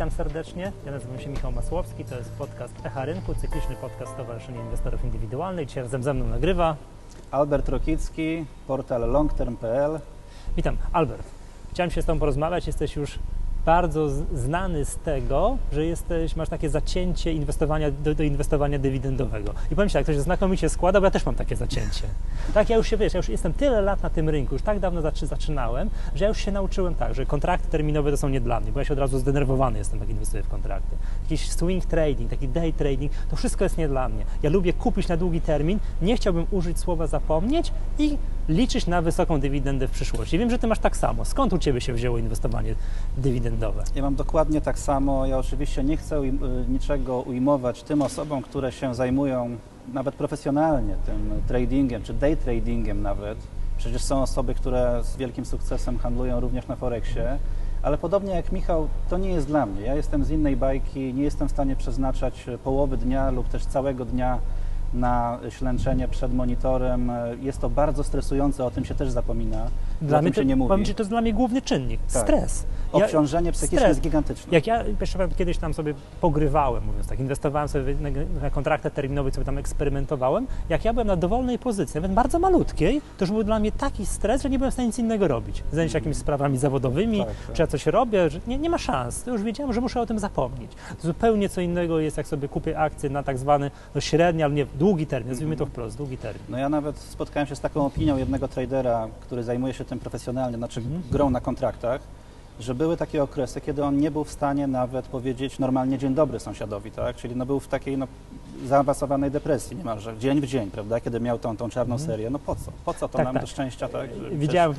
Witam serdecznie, ja nazywam się Michał Masłowski, to jest podcast Echa Rynku, cykliczny podcast Stowarzyszenia Inwestorów Indywidualnych. Dzisiaj razem ze mną nagrywa Albert Rokicki, portal longterm.pl. Witam, Albert. Chciałem się z Tobą porozmawiać, jesteś już bardzo znany z tego, że masz takie zacięcie inwestowania do inwestowania dywidendowego. I powiem Ci tak, to się znakomicie składa, bo ja też mam takie zacięcie. Tak, ja już jestem tyle lat na tym rynku, już tak dawno zaczynałem, że ja już się nauczyłem tak, że kontrakty terminowe to są nie dla mnie, bo ja się od razu zdenerwowany jestem, jak inwestuję w kontrakty. Jakiś swing trading, taki day trading, to wszystko jest nie dla mnie. Ja lubię kupić na długi termin, nie chciałbym użyć słowa zapomnieć i liczyć na wysoką dywidendę w przyszłości. Wiem, że Ty masz tak samo. Skąd u Ciebie się wzięło inwestowanie dywidendowe? Ja mam dokładnie tak samo. Ja oczywiście nie chcę niczego ujmować tym osobom, które się zajmują nawet profesjonalnie tym tradingiem, czy day tradingiem nawet. Przecież są osoby, które z wielkim sukcesem handlują również na Forexie, ale podobnie jak Michał, to nie jest dla mnie. Ja jestem z innej bajki, nie jestem w stanie przeznaczać połowy dnia lub też całego dnia na ślęczenie przed monitorem. Jest to bardzo stresujące, o tym się też zapomina, o tym się nie mówi. Powiem Ci, to jest dla mnie główny czynnik, tak. Stres. Obciążenie psychiczne jest gigantyczne. Jak ja jeszcze kiedyś tam sobie pogrywałem, mówiąc tak, inwestowałem sobie na kontraktach terminowych, sobie tam eksperymentowałem, jak ja byłem na dowolnej pozycji, nawet bardzo malutkiej, to już był dla mnie taki stres, że nie byłem w stanie nic innego robić. Zająć się jakimiś sprawami zawodowymi, tak. Czy ja coś robię, że nie ma szans. To już wiedziałem, że muszę o tym zapomnieć. Zupełnie co innego jest, jak sobie kupię akcje na tak zwany średni, ale nie długi termin, nazwijmy to wprost, długi termin. No ja nawet spotkałem się z taką opinią jednego tradera, który zajmuje się tym profesjonalnie, znaczy grą na kontraktach, że były takie okresy, kiedy on nie był w stanie nawet powiedzieć normalnie dzień dobry sąsiadowi, tak? Czyli był w takiej zaawansowanej depresji niemalże, dzień w dzień, prawda? Kiedy miał tą czarną serię, no po co to tak, nam tak. do szczęścia, tak? Widziałem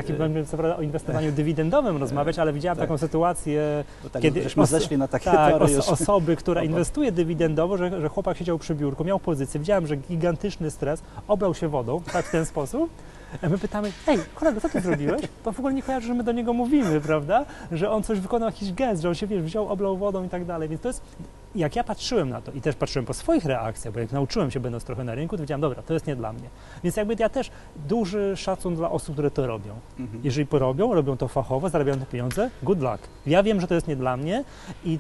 co prawda o inwestowaniu dywidendowym rozmawiać, ale widziałem taką sytuację, tak, kiedy zeszli na takie tory już. Osoby, która inwestuje dywidendowo, że chłopak siedział przy biurku, miał pozycję, widziałem, że gigantyczny stres, oblał się wodą, tak w ten sposób. A my pytamy, hej, kolego, co ty zrobiłeś? To w ogóle nie kojarzy, że my do niego mówimy, prawda? Że on coś wykonał, jakiś gest, że on się, wziął, oblał wodą i tak dalej. Więc to jest, jak ja patrzyłem na to i też patrzyłem po swoich reakcjach, bo jak nauczyłem się, będąc trochę na rynku, to wiedziałem, dobra, to jest nie dla mnie. Więc jakby ja też duży szacun dla osób, które to robią. Jeżeli robią to fachowo, zarabiają te pieniądze, good luck. Ja wiem, że to jest nie dla mnie i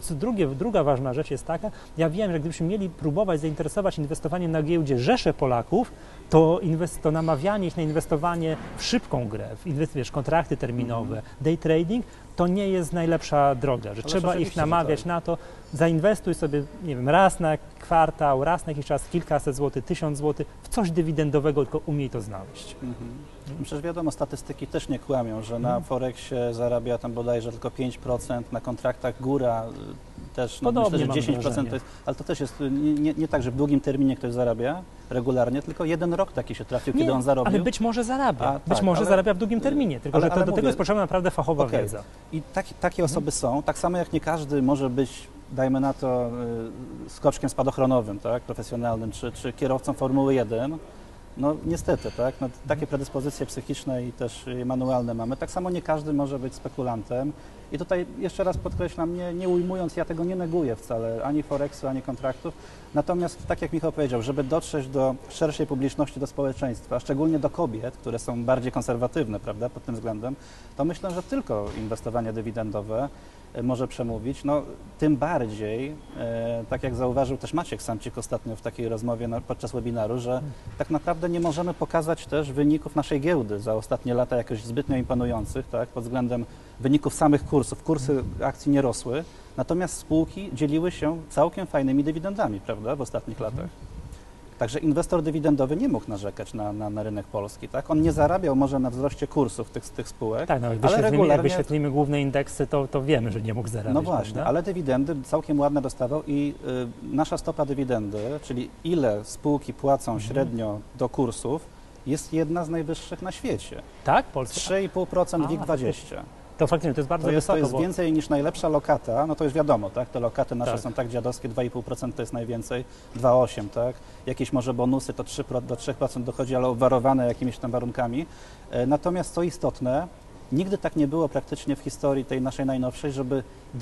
druga ważna rzecz jest taka, ja wiem, że gdybyśmy mieli próbować zainteresować inwestowaniem na giełdzie rzeszę Polaków, to namawianie ich na inwestowanie w szybką grę, w kontrakty terminowe, day trading, to nie jest najlepsza droga, że trzeba ich namawiać na to, zainwestuj sobie, nie wiem, raz na kwartał, raz na jakiś czas, kilkaset złotych, 1000 złotych w coś dywidendowego, tylko umiej to znaleźć. Przecież wiadomo, statystyki też nie kłamią, że na Forexie zarabia tam bodajże tylko 5%, na kontraktach góra też, no myślę, że 10% to jest, ale to też jest nie tak, że w długim terminie ktoś zarabia regularnie, tylko jeden rok taki się trafił, kiedy on zarobił. Ale być może zarabia, zarabia w długim terminie, tylko że do tego jest potrzebna naprawdę fachowa wiedza. I takie osoby są, tak samo jak nie każdy może być, dajmy na to, skoczkiem spadochronowym, tak, profesjonalnym, czy kierowcą Formuły 1. No niestety, tak? No, takie predyspozycje psychiczne i też manualne mamy. Tak samo nie każdy może być spekulantem. I tutaj jeszcze raz podkreślam, nie ujmując, ja tego nie neguję wcale, ani Forexu, ani kontraktów. Natomiast, tak jak Michał powiedział, żeby dotrzeć do szerszej publiczności, do społeczeństwa, a szczególnie do kobiet, które są bardziej konserwatywne, prawda, pod tym względem, to myślę, że tylko inwestowanie dywidendowe może przemówić. No, tym bardziej, tak jak zauważył też Maciek Samcik ostatnio w takiej rozmowie podczas webinaru, że tak naprawdę nie możemy pokazać też wyników naszej giełdy za ostatnie lata jakoś zbytnio imponujących, tak, pod względem wyników samych kursów. Kursy akcji nie rosły, natomiast spółki dzieliły się całkiem fajnymi dywidendami, prawda, w ostatnich latach. Także inwestor dywidendowy nie mógł narzekać na rynek polski, tak? On nie zarabiał może na wzroście kursów tych spółek, tak, no, jak wyświetlimy główne indeksy, to wiemy, że nie mógł zarabiać. No właśnie, prawda? Ale dywidendy całkiem ładne dostawał i nasza stopa dywidendy, czyli ile spółki płacą średnio do kursów, jest jedna z najwyższych na świecie. Tak? Polska? 3,5% WIG20. To faktycznie to jest bardzo wysoko. To jest więcej niż najlepsza lokata, no to już wiadomo, tak? Te lokaty nasze są tak dziadowskie, 2,5% to jest najwięcej, 2,8%, tak? Jakieś może bonusy to do 3% dochodzi, ale obwarowane jakimiś tam warunkami. Natomiast co istotne, nigdy tak nie było praktycznie w historii tej naszej najnowszej, żeby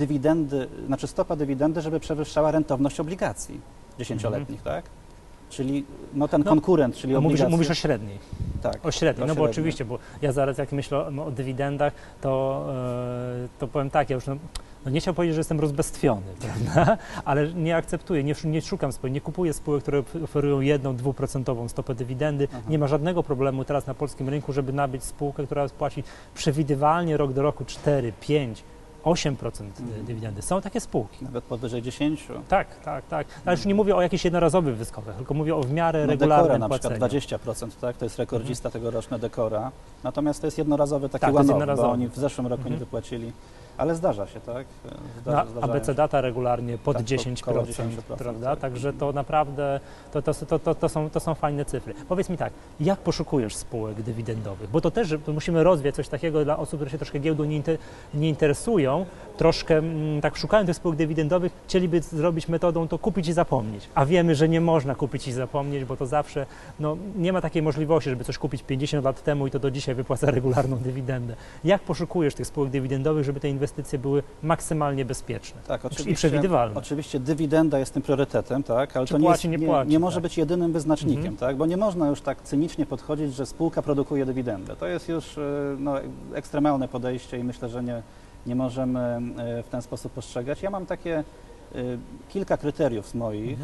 stopa dywidendy, żeby przewyższała rentowność obligacji 10-letnich, tak? Czyli ten konkurent, czyli obligacje. Mówisz o średniej. Tak. O średniej, bo oczywiście, bo ja zaraz jak myślę o dywidendach, to powiem tak, ja już no nie chciałbym powiedzieć, że jestem rozbestwiony, prawda? Ale nie akceptuję, nie szukam spółek, nie kupuję spółek, które oferują 1-2% stopę dywidendy. Nie ma żadnego problemu teraz na polskim rynku, żeby nabyć spółkę, która płaci przewidywalnie rok do roku 4, 5, 8% dywidendy. Są takie spółki. Nawet powyżej 10. Tak. Ale już nie mówię o jakichś jednorazowych wyskokach, tylko mówię o w miarę regularnym Dekora na płaceniu. przykład 20%, tak? To jest rekordzista tegoroczny Dekora. Natomiast to jest jednorazowy taki Tak, to jest one-off, jednorazowy. bo oni w zeszłym roku nie wypłacili. Ale zdarza się, tak? No, Zdarzają ABC się. data regularnie pod Tak, 10%, koło 10%, prawda? tak. Także to naprawdę, to są fajne cyfry. Powiedz mi tak, jak poszukujesz spółek dywidendowych? Bo to też to musimy rozwiać coś takiego dla osób, które się troszkę giełdą nie interesują, troszkę tak szukają tych spółek dywidendowych, chcieliby zrobić metodą to kupić i zapomnieć. A wiemy, że nie można kupić i zapomnieć, bo to zawsze, no nie ma takiej możliwości, żeby coś kupić 50 lat temu i to do dzisiaj wypłaca regularną dywidendę. Jak poszukujesz tych spółek dywidendowych, żeby te inwestycje były maksymalnie bezpieczne Tak, i przewidywalne? Oczywiście dywidenda jest tym priorytetem, tak, ale Czy to nie, płaci, jest, nie płaci, nie może tak. być jedynym wyznacznikiem, tak, bo nie można już tak cynicznie podchodzić, że spółka produkuje dywidendę. To jest już no, ekstremalne podejście i myślę, że nie możemy w ten sposób postrzegać. Ja mam takie kilka kryteriów moich,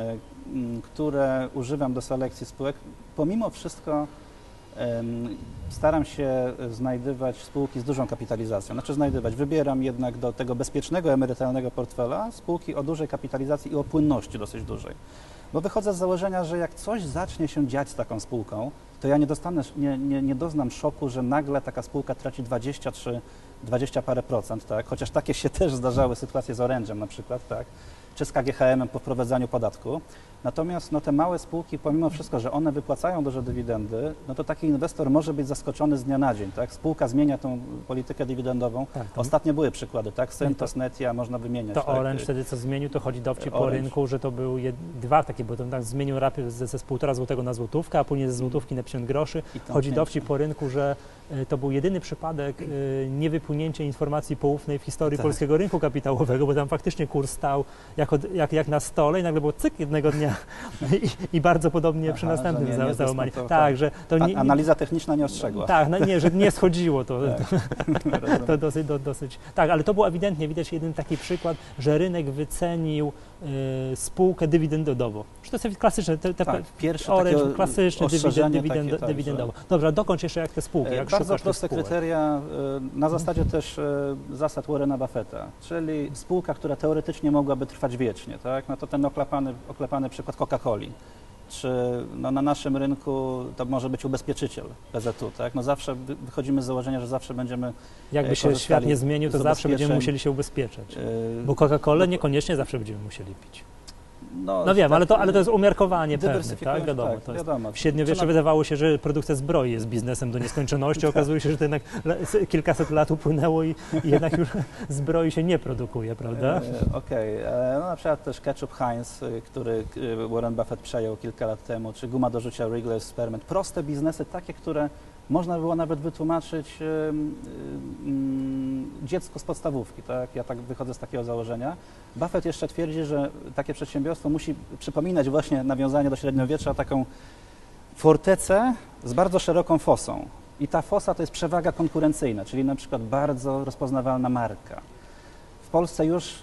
które używam do selekcji spółek. Pomimo wszystko staram się znajdywać spółki z dużą kapitalizacją. Wybieram jednak do tego bezpiecznego emerytalnego portfela spółki o dużej kapitalizacji i o płynności dosyć dużej. Bo wychodzę z założenia, że jak coś zacznie się dziać z taką spółką, to ja nie doznam szoku, że nagle taka spółka traci 20 parę procent, tak? Chociaż takie się też zdarzały sytuacje z Orange'em na przykład, tak? Czy z KGHM-em po wprowadzaniu podatku. Natomiast no, te małe spółki, pomimo wszystko, że one wypłacają duże dywidendy, no to taki inwestor może być zaskoczony z dnia na dzień, tak? Spółka zmienia tą politykę dywidendową. Tak, Ostatnio były przykłady, tak? Centos, Netia, można wymieniać. To tak? Orange wtedy co zmienił, to chodzi dowcip po Orange. rynku, że to były dwa takie, bo to tak zmienił rapid z 1,5 złotego na złotówkę, a później ze złotówki na 50 groszy. I to Chodzi pięknie. dowcip po rynku, że to był jedyny przypadek niewypłynięcia informacji poufnej w historii polskiego rynku kapitałowego, bo tam faktycznie kurs stał jak na stole i nagle było cyk jednego dnia i bardzo podobnie przy następnym że nie załamaniu. dyskontował. Tak, że to nie, Analiza techniczna nie ostrzegła. tak, nie, że nie schodziło to. Tak. To dosyć. Tak, ale to był ewidentnie widać jeden taki przykład, że rynek wycenił spółkę dywidendową. Że to jest klasyczne, Tak, pierwsze Orange, takie klasyczny ostrzeżenie takie, tak, dywidendowo. Dobra, dokończ jeszcze jak te spółki, jak bardzo szukasz proste tych spółek. kryteria na zasadzie też zasad Warrena Buffetta, czyli spółka, która teoretycznie mogłaby trwać wiecznie, tak? No to ten oklepany przykład Coca-Coli. Czy no, na naszym rynku to może być ubezpieczyciel PZU, tak? No zawsze wychodzimy z założenia, że zawsze będziemy Jakby się korzystali świat nie zmienił, to z zawsze będziemy ubezpieczeń. musieli się ubezpieczać. Bo No Coca-Colę niekoniecznie zawsze będziemy musieli pić. No Wiem, tak, ale to jest umiarkowanie pewne, dywersyfikując, tak? Wiadomo, tak, to jest. wiadomo. W średniowieczu wydawało się, że produkcja zbroi jest biznesem do nieskończoności. Okazuje się, że to jednak kilkaset lat upłynęło i jednak już zbroi się nie produkuje, prawda? Okej. No na przykład też ketchup Heinz, który Warren Buffett przejął kilka lat temu, czy guma do rzucia Wrigley's Spearmint. Proste biznesy, takie, które można było nawet wytłumaczyć dziecku z podstawówki, tak? Ja tak wychodzę z takiego założenia. Buffett jeszcze twierdzi, że takie przedsiębiorstwo musi przypominać właśnie nawiązanie do średniowiecza, taką fortecę z bardzo szeroką fosą. I ta fosa to jest przewaga konkurencyjna, czyli na przykład bardzo rozpoznawalna marka. W Polsce już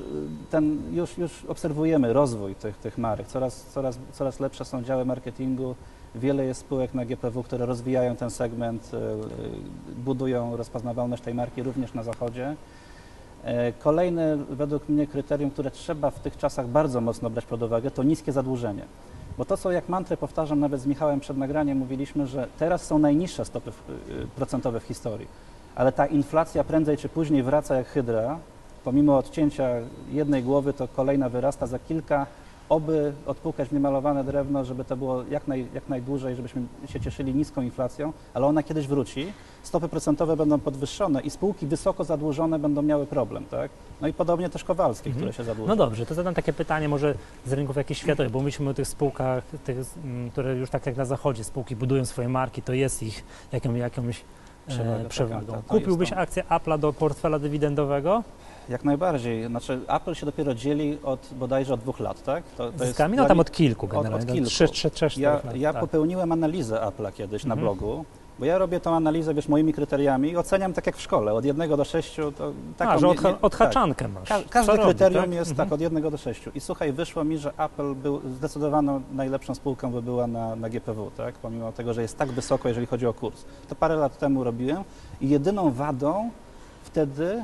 obserwujemy rozwój tych marek. Coraz lepsze są działy marketingu. Wiele jest spółek na GPW, które rozwijają ten segment, budują rozpoznawalność tej marki również na zachodzie. Kolejne według mnie kryterium, które trzeba w tych czasach bardzo mocno brać pod uwagę, to niskie zadłużenie. Bo to, co jak mantrę powtarzam, nawet z Michałem przed nagraniem mówiliśmy, że teraz są najniższe stopy procentowe w historii, ale ta inflacja prędzej czy później wraca jak hydra. Pomimo odcięcia jednej głowy, to kolejna wyrasta za kilka, oby odpłukać niemalowane drewno, żeby to było jak najdłużej, żebyśmy się cieszyli niską inflacją, ale ona kiedyś wróci, stopy procentowe będą podwyższone i spółki wysoko zadłużone będą miały problem, tak? No i podobnie też Kowalskie, które się zadłużą. No dobrze, to zadam takie pytanie może z rynków jakichś światowych, bo mówiliśmy o tych spółkach, które już tak jak na zachodzie spółki budują swoje marki, to jest ich jakąś przewagą. Tak, Kupiłbyś akcję Apple'a do portfela dywidendowego? Jak najbardziej. Znaczy Apple się dopiero dzieli bodajże od 2 lat, tak? To Zyskami? jest No tam od kilku od generalnie. kilku. 3-4 lat. Ja Tak. popełniłem analizę Apple'a kiedyś na blogu Bo ja robię tą analizę, moimi kryteriami i oceniam tak jak w szkole, od 1 do 6. To taką że odhaczankę masz. Każde Co kryterium robi, tak? jest tak od 1 do 6. I słuchaj, wyszło mi, że Apple był zdecydowaną najlepszą spółką by była na GPW, tak? Pomimo tego, że jest tak wysoko, jeżeli chodzi o kurs. To parę lat temu robiłem i jedyną wadą wtedy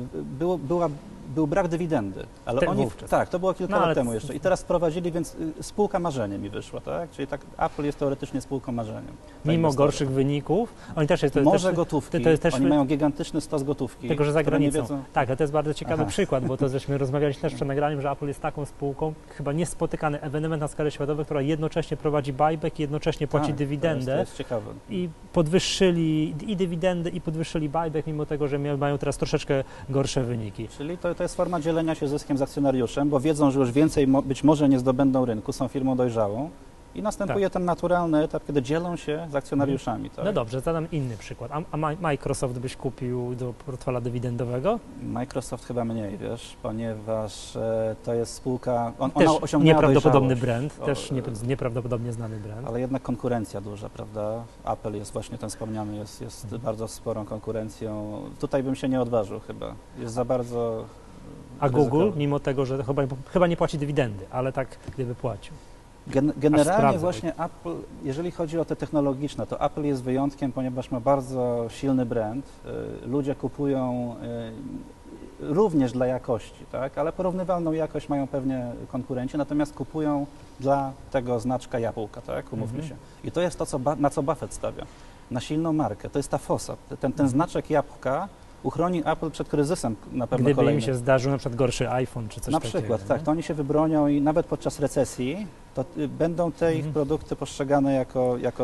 był brak dywidendy. Ale tak, to było kilka lat temu jeszcze. I teraz wprowadzili, więc spółka marzenie mi wyszła, tak? Czyli tak Apple jest teoretycznie spółką marzeniem. Mimo gorszych wyników, oni też jest gotówki. Oni mają gigantyczny stos gotówki. Tylko, że za granicą. Wiedzą... Tak, ale to jest bardzo ciekawy przykład, bo to żeśmy rozmawialiśmy też przed nagraniem, że Apple jest taką spółką, chyba niespotykany ewenement na skalę światową, która jednocześnie prowadzi buyback i jednocześnie płaci dywidendę. To jest ciekawe. I podwyższyli i dywidendę, i podwyższyli buyback, mimo tego, że mają teraz troszeczkę gorsze wyniki. Czyli to jest forma dzielenia się zyskiem z akcjonariuszem, bo wiedzą, że już więcej być może nie zdobędą rynku, są firmą dojrzałą i następuje ten naturalny etap, kiedy dzielą się z akcjonariuszami. Tak? No dobrze, zadam inny przykład. A Microsoft byś kupił do portfela dywidendowego? Microsoft chyba mniej, wiesz, ponieważ to jest spółka, ona też osiągnęła nieprawdopodobny dojrzałość. brand, też nieprawdopodobnie znany brand. Ale jednak konkurencja duża, prawda? Apple jest właśnie ten wspomniany, jest bardzo sporą konkurencją. Tutaj bym się nie odważył chyba. Jest za bardzo... A Google, mimo tego, że chyba nie płaci dywidendy, ale tak gdyby płacił. Generalnie właśnie Apple, jeżeli chodzi o te technologiczne, to Apple jest wyjątkiem, ponieważ ma bardzo silny brand. Ludzie kupują również dla jakości, tak? Ale porównywalną jakość mają pewnie konkurenci, natomiast kupują dla tego znaczka jabłka, tak? Umówmy się. I to jest to, na co Buffett stawia. Na silną markę. To jest ta fosa. Ten znaczek jabłka uchroni Apple przed kryzysem na pewno Gdyby kolejnym. im się zdarzył na przykład gorszy iPhone czy coś takiego. takiego. Na przykład, tak. To oni się wybronią i nawet podczas recesji to będą te ich produkty postrzegane jako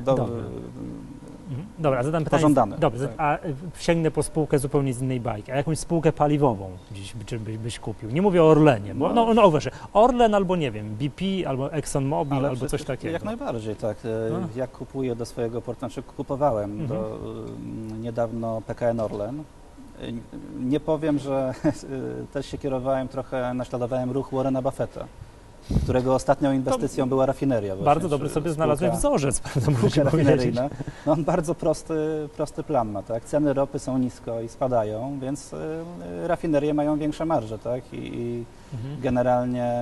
Dobra, zadam pytanie. Pożądane. Dobrze, tak. a sięgnę po spółkę zupełnie z innej bajki. A jakąś spółkę paliwową dziś byś kupił? Nie mówię o Orlenie, bo Orlen albo nie wiem, BP, albo ExxonMobil, albo coś takiego. Jak najbardziej, tak. Ja kupuję do swojego kupowałem niedawno PKN Orlen. Nie powiem, że też się kierowałem trochę, naśladowałem ruch Warrena Buffetta, którego ostatnią inwestycją była rafineria. Właśnie, bardzo dobry sobie znalazłeś wzorzec, prawda? Rafineryjna. No on bardzo prosty plan ma, tak? Ceny ropy są nisko i spadają, więc rafinerie mają większe marże, tak? I generalnie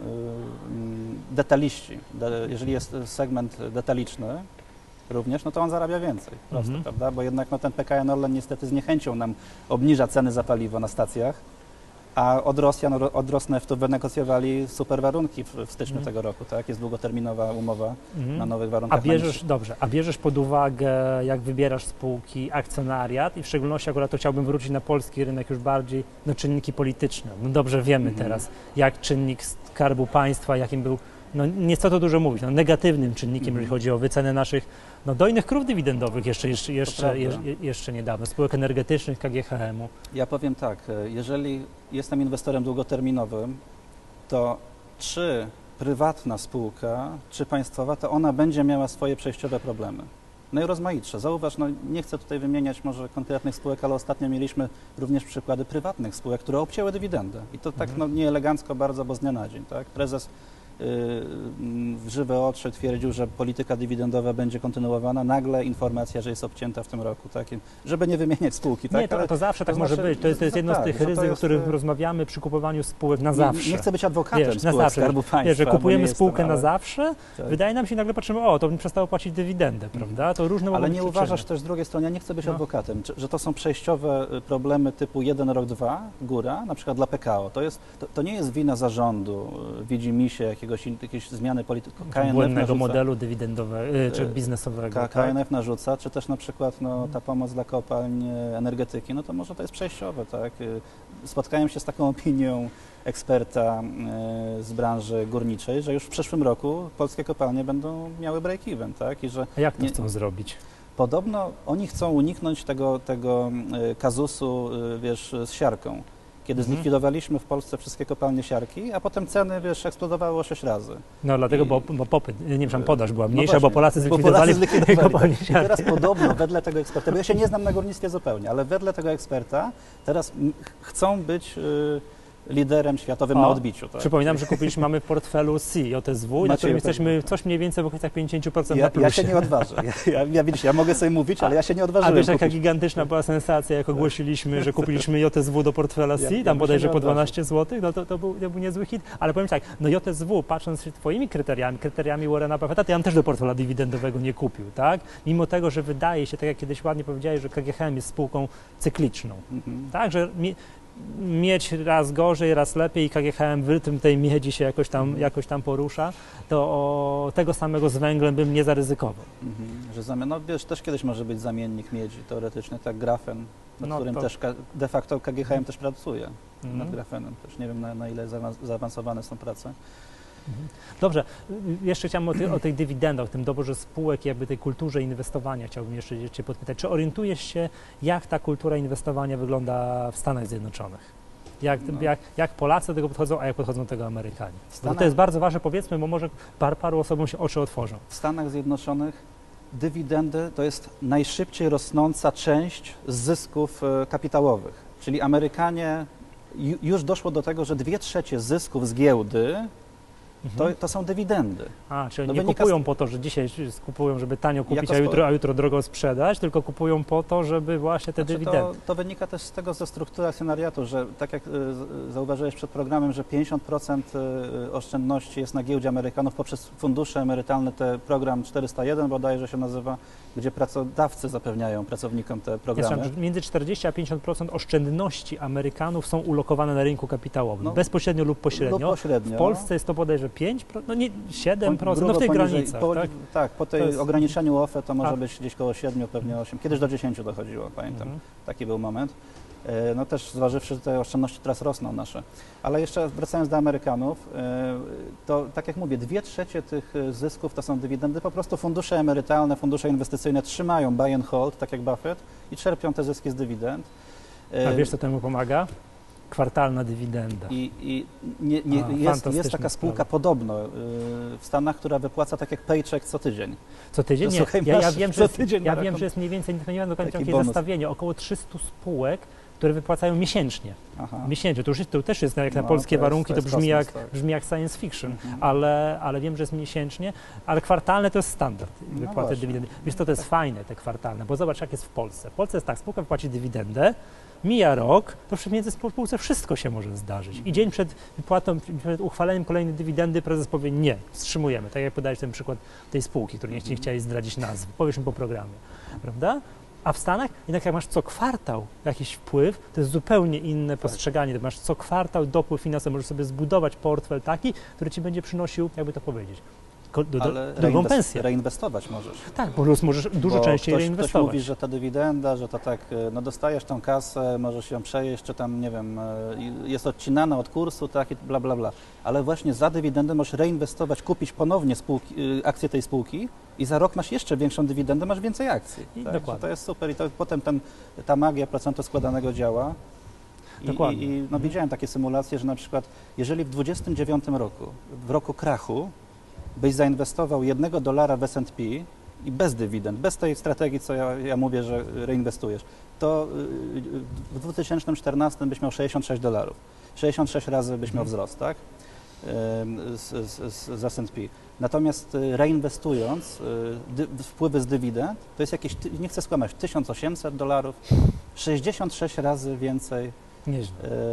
detaliści, jeżeli jest segment detaliczny, również, no to on zarabia więcej, prosto, prawda? Bo jednak ten PKN Orlen niestety z niechęcią nam obniża ceny za paliwo na stacjach, a od Rosneftów wynegocjowali super warunki w styczniu tego roku, tak? Jest długoterminowa umowa na nowych warunkach. A bierzesz pod uwagę, jak wybierasz spółki, akcjonariat i w szczególności akurat to chciałbym wrócić na polski rynek już bardziej, czyniki polityczne. No dobrze wiemy teraz, jak czynnik Skarbu Państwa, jakim był, nieco to dużo mówić, negatywnym czynnikiem, jeżeli chodzi o wycenę naszych dojnych krów dywidendowych jeszcze niedawno, spółek energetycznych, KGHM-u. Ja powiem tak, jeżeli jestem inwestorem długoterminowym, to czy prywatna spółka, czy państwowa, to ona będzie miała swoje przejściowe problemy. Najrozmaitsze. Zauważ, nie chcę tutaj wymieniać może konkretnych spółek, ale ostatnio mieliśmy również przykłady prywatnych spółek, które obcięły dywidendę. I to tak nieelegancko bardzo, bo z dnia na dzień. Tak? Prezes w żywe oczy twierdził, że polityka dywidendowa będzie kontynuowana. Nagle informacja, że jest obcięta w tym roku, tak? Żeby nie wymieniać spółki. Tak? Nie, to zawsze tak może być. To jest jedno z tych ryzyk, o których rozmawiamy przy kupowaniu spółek na zawsze. Nie chcę być adwokatem spółek Skarbu Państwa. Że kupujemy spółkę na zawsze, wydaje nam się i nagle patrzymy, to bym przestało płacić dywidendę, prawda? To różne ale nie uważasz też z drugiej strony, ja nie chcę być adwokatem, że to są przejściowe problemy typu 1 rok, 2, góra, na przykład dla PKO. To nie jest wina zarządu, widzimisię, jakiejś zmiany polityki. Błędnego modelu dywidendowego czy biznesowego. KNF narzuca, czy też na przykład ta pomoc dla kopalń energetyki, to może to jest przejściowe, tak? Spotkałem się z taką opinią eksperta z branży górniczej, że już w przyszłym roku polskie kopalnie będą miały break-even, tak? A jak to chcą zrobić? Podobno oni chcą uniknąć tego kazusu, z siarką. Kiedy zlikwidowaliśmy w Polsce wszystkie kopalnie siarki, a potem ceny, eksplodowały o 6 razy. Dlatego, bo popyt, podaż była mniejsza, bo Polacy zlikwidowali kopalnie siarki. I teraz podobno, wedle tego eksperta, bo ja się nie znam na górnictwie zupełnie, ale wedle tego eksperta teraz chcą być liderem światowym na odbiciu. Tak? Przypominam, że mamy w portfelu C, JSW, na którym jesteśmy coś mniej więcej w okolicach 50% na plusie. Ja się nie odważę. Ja mogę sobie mówić, ale ja się nie odważyłem. A wiesz, jaka gigantyczna była sensacja, jak ogłosiliśmy, że kupiliśmy JSW do portfela C, tam bodajże po 12 zł, no to był niezły hit. Ale powiem tak, no JSW, patrząc twoimi kryteriami Warrena Buffetta, to ja bym też do portfela dywidendowego nie kupił, tak? Mimo tego, że wydaje się, tak jak kiedyś ładnie powiedziałeś, że KGHM jest spółką cykliczną, tak? Że mieć raz gorzej, raz lepiej i KGHM w rytm tej miedzi się jakoś tam porusza, to tego samego z węglem bym nie zaryzykował. No wiesz, też kiedyś może być zamiennik miedzi, teoretycznie, tak, grafen, nad którym też de facto KGHM też pracuje, nad grafenem też. Nie wiem, na ile zaawansowane są prace. Dobrze, jeszcze chciałem o tych dywidendach, o tym doborze spółek i jakby tej kulturze inwestowania chciałbym jeszcze Cię podpytać. Czy orientujesz się, jak ta kultura inwestowania wygląda w Stanach Zjednoczonych? Jak Polacy do tego podchodzą, a jak podchodzą do tego Amerykanie? Bo to jest bardzo ważne, powiedzmy, bo może paru osobom się oczy otworzą. W Stanach Zjednoczonych dywidendy to jest najszybciej rosnąca część zysków kapitałowych. Czyli Amerykanie, już doszło do tego, że 2/3 zysków z giełdy to są dywidendy. Czyli nie kupują po to, że dzisiaj kupują, żeby tanio kupić, a jutro drogo sprzedać, tylko kupują po to, żeby właśnie te dywidendy. To wynika też z tego, ze struktury akcjonariatu, że tak jak zauważyłeś przed programem, że 50% oszczędności jest na giełdzie Amerykanów poprzez fundusze emerytalne, program 401 bodajże się nazywa, gdzie pracodawcy zapewniają pracownikom te programy. Że między 40 a 50% oszczędności Amerykanów są ulokowane na rynku kapitałowym, bezpośrednio lub pośrednio. W Polsce jest to bodajże 5%, no nie 7%, w tych granicach. Tak, po tej ograniczeniu OFE to może być gdzieś koło 7, pewnie 8, kiedyś do 10 dochodziło, pamiętam. Taki był moment. No też zważywszy, że te oszczędności teraz rosną nasze. Ale jeszcze wracając do Amerykanów, to tak jak mówię, 2/3 tych zysków to są dywidendy, po prostu fundusze emerytalne, fundusze inwestycyjne trzymają buy and hold, tak jak Buffett, i czerpią te zyski z dywidend. A wiesz, co temu pomaga? Kwartalna dywidenda. Jest taka spółka podobno w Stanach, która wypłaca tak jak paycheck co tydzień. Co tydzień? Nie. Ja wiem, że jest mniej więcej, nie wiem do końca jakie zestawienie, około 300 spółek, które wypłacają miesięcznie. Miesięcznie. To też jest jak na polskie warunki, to brzmi jak science fiction, ale wiem, że jest miesięcznie, ale kwartalne to jest standard wypłaty dywidendy. Wiesz, to jest fajne, te kwartalne, bo zobacz, jak jest w Polsce. W Polsce jest tak, spółka wypłaci dywidendę, mija rok, to między spółce wszystko się może zdarzyć. I dzień przed wypłatą, przed uchwaleniem kolejnej dywidendy prezes powie nie, wstrzymujemy. Tak jak podałeś ten przykład tej spółki, której nie chcieli zdradzić nazwy. Powiesz mi po programie, prawda? A w Stanach jednak jak masz co kwartał jakiś wpływ, to jest zupełnie inne postrzeganie. To masz co kwartał dopływ finansowy, możesz sobie zbudować portfel taki, który ci będzie przynosił, jakby to powiedzieć, drugą pensję. Reinwestować możesz. Tak, bo możesz dużo częściej reinwestować. Ktoś mówi, że ta dywidenda, że to tak, no dostajesz tą kasę, możesz ją przejeść, czy tam, nie wiem, jest odcinana od kursu, tak, i bla, bla, bla. Ale właśnie za dywidendę możesz reinwestować, kupić ponownie akcje tej spółki i za rok masz jeszcze większą dywidendę, masz więcej akcji. Tak? Dokładnie. To jest super i to potem ta magia procentu składanego działa. Widziałem takie symulacje, że na przykład jeżeli w 29 roku, w roku krachu, byś zainwestował $1 w S&P i bez dywidend, bez tej strategii, co ja mówię, że reinwestujesz, to w 2014 byś miał $66. 66 razy byś miał wzrost, tak? Z S&P. Natomiast reinwestując wpływy z dywidend, to jest jakieś, nie chcę skłamać, $1800, 66 razy więcej. Nieźle.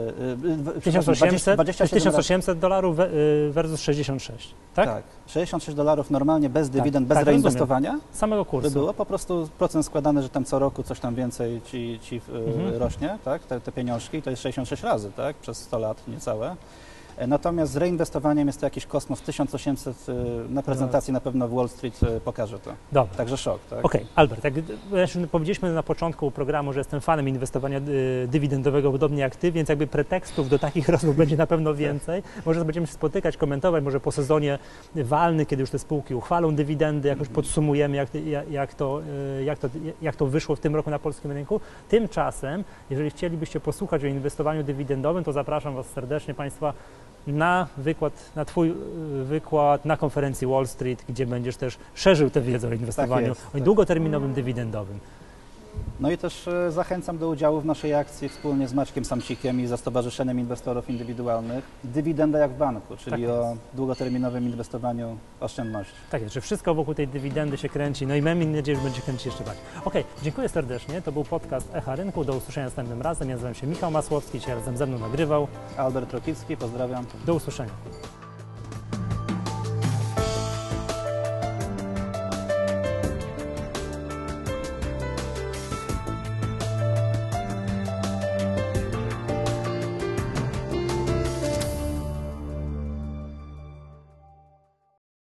$1800 versus 66, tak? Tak. $66 normalnie bez dywidend, bez reinwestowania. Rozumiem. Samego kursu. By było po prostu procent składany, że tam co roku coś tam więcej ci rośnie, tak? Te pieniążki, to jest 66 razy, tak? Przez 100 lat niecałe. Natomiast z reinwestowaniem jest to jakiś kosmos 1800, na prezentacji na pewno w Wall Street pokaże to. Dobra. Także szok. Tak? Okej, Albert, jak powiedzieliśmy na początku programu, że jestem fanem inwestowania dywidendowego, podobnie jak Ty, więc jakby pretekstów do takich rozmów będzie na pewno więcej. Może będziemy się spotykać, komentować, może po sezonie walny, kiedy już te spółki uchwalą dywidendy, jakoś podsumujemy, jak to wyszło w tym roku na polskim rynku. Tymczasem, jeżeli chcielibyście posłuchać o inwestowaniu dywidendowym, to zapraszam Was serdecznie Państwa na Twój wykład na konferencji Wall Street, gdzie będziesz też szerzył tę wiedzę o inwestowaniu, o długoterminowym dywidendowym. No i też zachęcam do udziału w naszej akcji wspólnie z Maćkiem Samsikiem i ze Stowarzyszeniem Inwestorów Indywidualnych Dywidenda jak w banku, czyli Tak o długoterminowym inwestowaniu oszczędności. Tak jest, że wszystko wokół tej dywidendy się kręci, no i mamy nadzieję, że będzie kręcić jeszcze bardziej. Okej, dziękuję serdecznie, to był podcast Echa Rynku, do usłyszenia następnym razem. Ja nazywam się Michał Masłowski, dzisiaj razem ze mną nagrywał. Albert Rokicki, pozdrawiam. Do usłyszenia.